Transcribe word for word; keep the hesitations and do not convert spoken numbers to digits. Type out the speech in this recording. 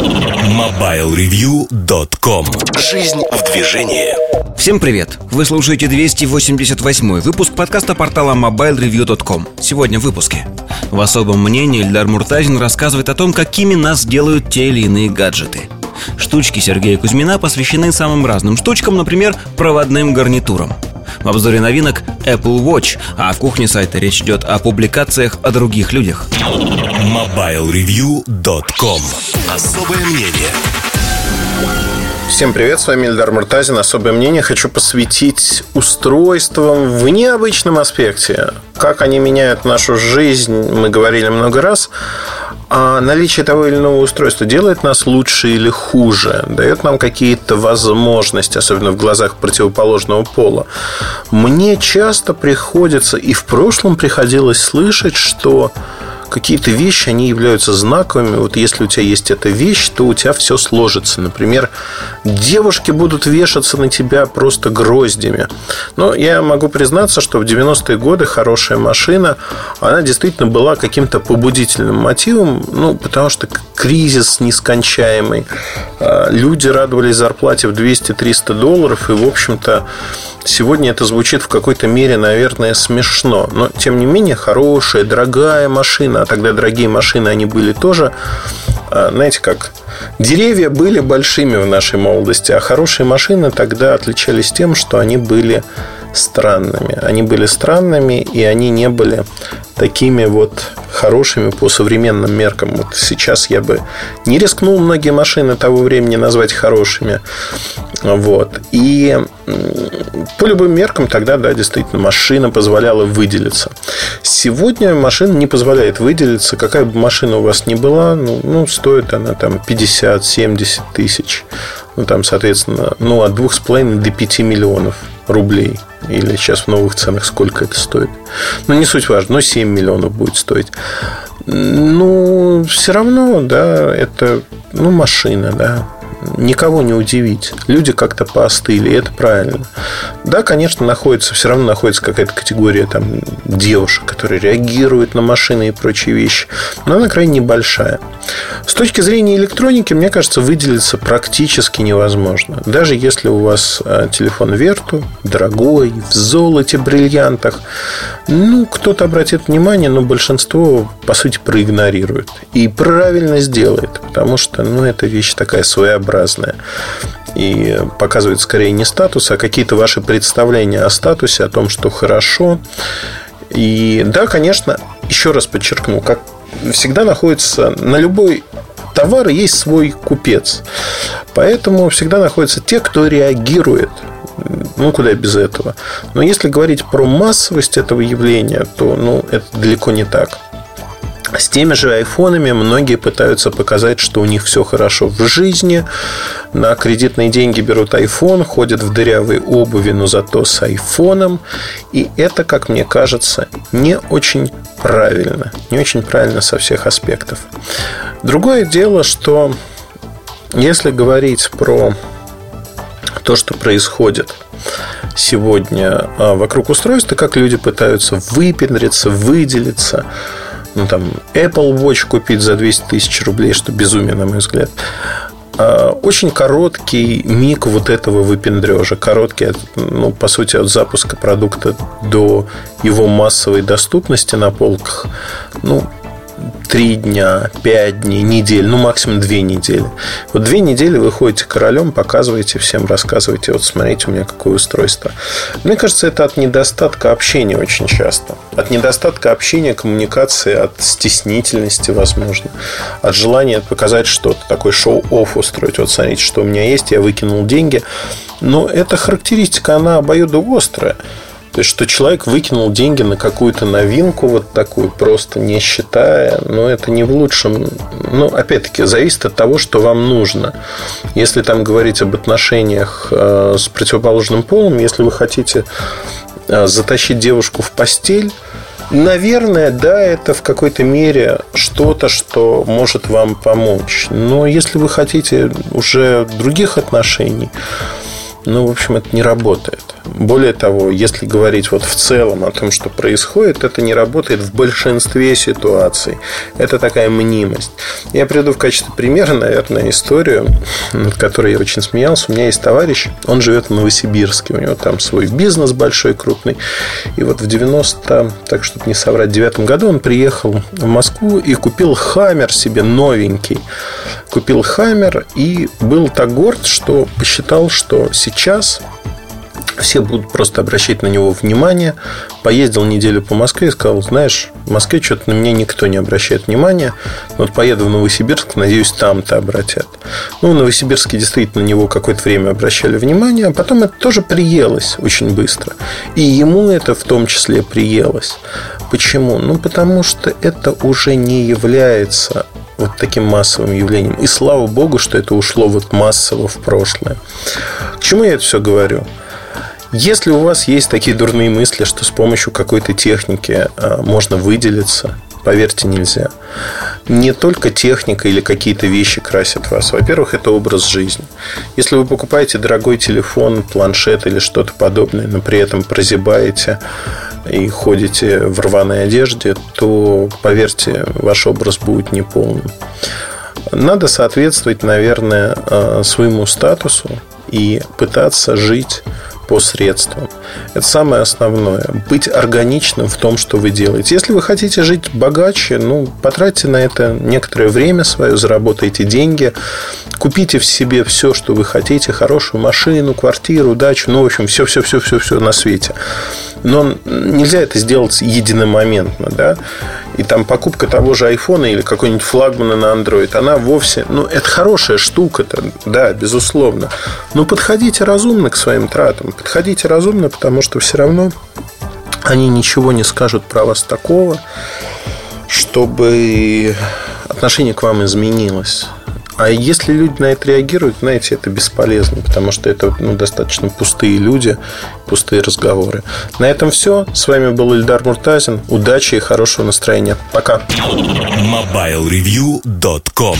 мобайл ревью точка ком. Жизнь в движении. Всем привет! Вы слушаете двести восемьдесят восьмой выпуск подкаста портала мобайл ревью точка ком. Сегодня в выпуске. В особом мнении Эльдар Муртазин рассказывает о том, какими нас делают те или иные гаджеты. Штучки Сергея Кузьмина посвящены самым разным штучкам, например, проводным гарнитурам. В обзоре новинок Apple Watch, а в кухне сайта речь идет о публикациях о других людях. мобайл ревью точка ком. Особое мнение. Всем привет, с вами Эльдар Муртазин. Особое мнение хочу посвятить устройствам в необычном аспекте. Как они меняют нашу жизнь, мы говорили много раз. А наличие того или иного устройства делает нас лучше или хуже, дает нам какие-то возможности, особенно в глазах противоположного пола. Мне часто приходится, и в прошлом приходилось слышать, что какие-то вещи, они являются знаковыми. Вот если у тебя есть эта вещь, то у тебя все сложится. Например, девушки будут вешаться на тебя просто гроздями. Но я могу признаться, что в девяностые годы хорошая машина, она действительно была каким-то побудительным мотивом. Ну, потому что кризис нескончаемый. Люди радовались зарплате в двести-триста долларов. И, в общем-то, сегодня это звучит в какой-то мере, наверное, смешно. Но, тем не менее, хорошая, дорогая машина. А тогда дорогие машины, они были тоже, знаете как, деревья были большими в нашей молодости. А хорошие машины тогда отличались тем, что они были странными. Они были странными, и они не были такими вот хорошими по современным меркам. Вот сейчас я бы не рискнул многие машины того времени назвать хорошими. Вот. И по любым меркам тогда, да, действительно, машина позволяла выделиться. Сегодня машина не позволяет выделиться. Какая бы машина у вас ни была, ну, ну стоит она там пятьдесят-семьдесят тысяч. Ну, там, соответственно, ну, от двух с половиной до пяти миллионов рублей. Или сейчас в новых ценах сколько это стоит. Ну, не суть важно, но семь миллионов будет стоить. Ну, все равно, да, это, ну, машина, да. Никого не удивить. Люди как-то поостыли, и это правильно. Да, конечно, находится, все равно находится какая-то категория там девушек, которые реагируют на машины и прочие вещи. Но она крайне небольшая. С точки зрения электроники, мне кажется, выделиться практически невозможно. Даже если у вас телефон Vertu, дорогой, в золоте, бриллиантах, ну, кто-то обратит внимание, но большинство, по сути, проигнорирует. И правильно сделает, потому что, ну, эта вещь такая своеобразная. И показывает скорее не статус, а какие-то ваши представления о статусе, о том, что хорошо. И да, конечно, еще раз подчеркну, как всегда находится на любой товар есть свой купец. Поэтому всегда находятся те, кто реагирует. Ну, куда без этого. Но если говорить про массовость этого явления, то, ну, это далеко не так. С теми же айфонами многие пытаются показать, что у них все хорошо в жизни. На кредитные деньги берут айфон, ходят в дырявой обуви, но зато с айфоном. И это, как мне кажется, не очень правильно. Не очень правильно со всех аспектов. Другое дело, что если говорить про то, что происходит сегодня вокруг устройства, как люди пытаются выпендриться, выделиться. Ну, там, Apple Watch купить за двести тысяч рублей, что безумие, на мой взгляд. Очень короткий миг вот этого выпендрежа. Короткий, ну, по сути, от запуска продукта до его массовой доступности на полках. Ну, три дня, пять дней, недель, ну, максимум две недели. Вот две недели вы ходите королем, показываете всем, рассказываете: вот смотрите, у меня какое устройство. Мне кажется, это от недостатка общения очень часто. От недостатка общения, коммуникации, от стеснительности, возможно. От желания показать что-то, такой шоу-офф устроить. Вот смотрите, что у меня есть, я выкинул деньги. Но эта характеристика, она обоюдоострая. То есть, что человек выкинул деньги на какую-то новинку вот такую, просто не считая. Но это не в лучшем. Ну, опять-таки, зависит от того, что вам нужно. Если там говорить об отношениях э, с противоположным полом, если вы хотите э, затащить девушку в постель, наверное, да, это в какой-то мере что-то, что может вам помочь. Но если вы хотите уже других отношений, Ну, в общем, это не работает. Более того, если говорить вот в целом о том, что происходит, это не работает в большинстве ситуаций. Это такая мнимость. Я приведу в качестве примера, наверное, историю, над которой я очень смеялся. У меня есть товарищ, он живет в Новосибирске. У него там свой бизнес большой, крупный. И вот в девяносто, так чтобы не соврать, девятом году он приехал в Москву и купил «Хаммер» себе новенький. Купил «Хаммер» и был так горд, что посчитал, что сейчас все будут просто обращать на него внимание. Поездил неделю по Москве и сказал: знаешь, в Москве что-то на меня никто не обращает внимания. Вот поеду в Новосибирск, надеюсь, там-то обратят. Ну, в Новосибирске действительно на него какое-то время обращали внимание, а потом это тоже приелось очень быстро. И ему это в том числе приелось. Почему? Ну, потому что это уже не является вот таким массовым явлением. И слава богу, что это ушло вот массово в прошлое. К чему я это все говорю? Если у вас есть такие дурные мысли, что с помощью какой-то техники можно выделиться, поверьте, нельзя. Не только техника или какие-то вещи красят вас. Во-первых, это образ жизни. Если вы покупаете дорогой телефон, планшет или что-то подобное, но при этом прозябаете и ходите в рваной одежде, то, поверьте, ваш образ будет неполным. Надо соответствовать, наверное, своему статусу и пытаться жить по средствам. Это самое основное. Быть органичным в том, что вы делаете. Если вы хотите жить богаче, ну, потратьте на это некоторое время свое, заработайте деньги, купите в себе все, что вы хотите, хорошую машину, квартиру, дачу, ну, в общем, все-все-все-все-все на свете. Но нельзя это сделать единомоментно, да? И там покупка того же айфона или какой-нибудь флагмана на Android, она вовсе... Ну, это хорошая штука-то, да, безусловно. Но подходите разумно к своим тратам. Подходите разумно, потому что все равно они ничего не скажут про вас такого, чтобы отношение к вам изменилось. А если люди на это реагируют, знаете, это бесполезно, потому что это, ну, достаточно пустые люди, пустые разговоры. На этом все. С вами был Ильдар Муртазин. Удачи и хорошего настроения. Пока. мобайл ревью точка ком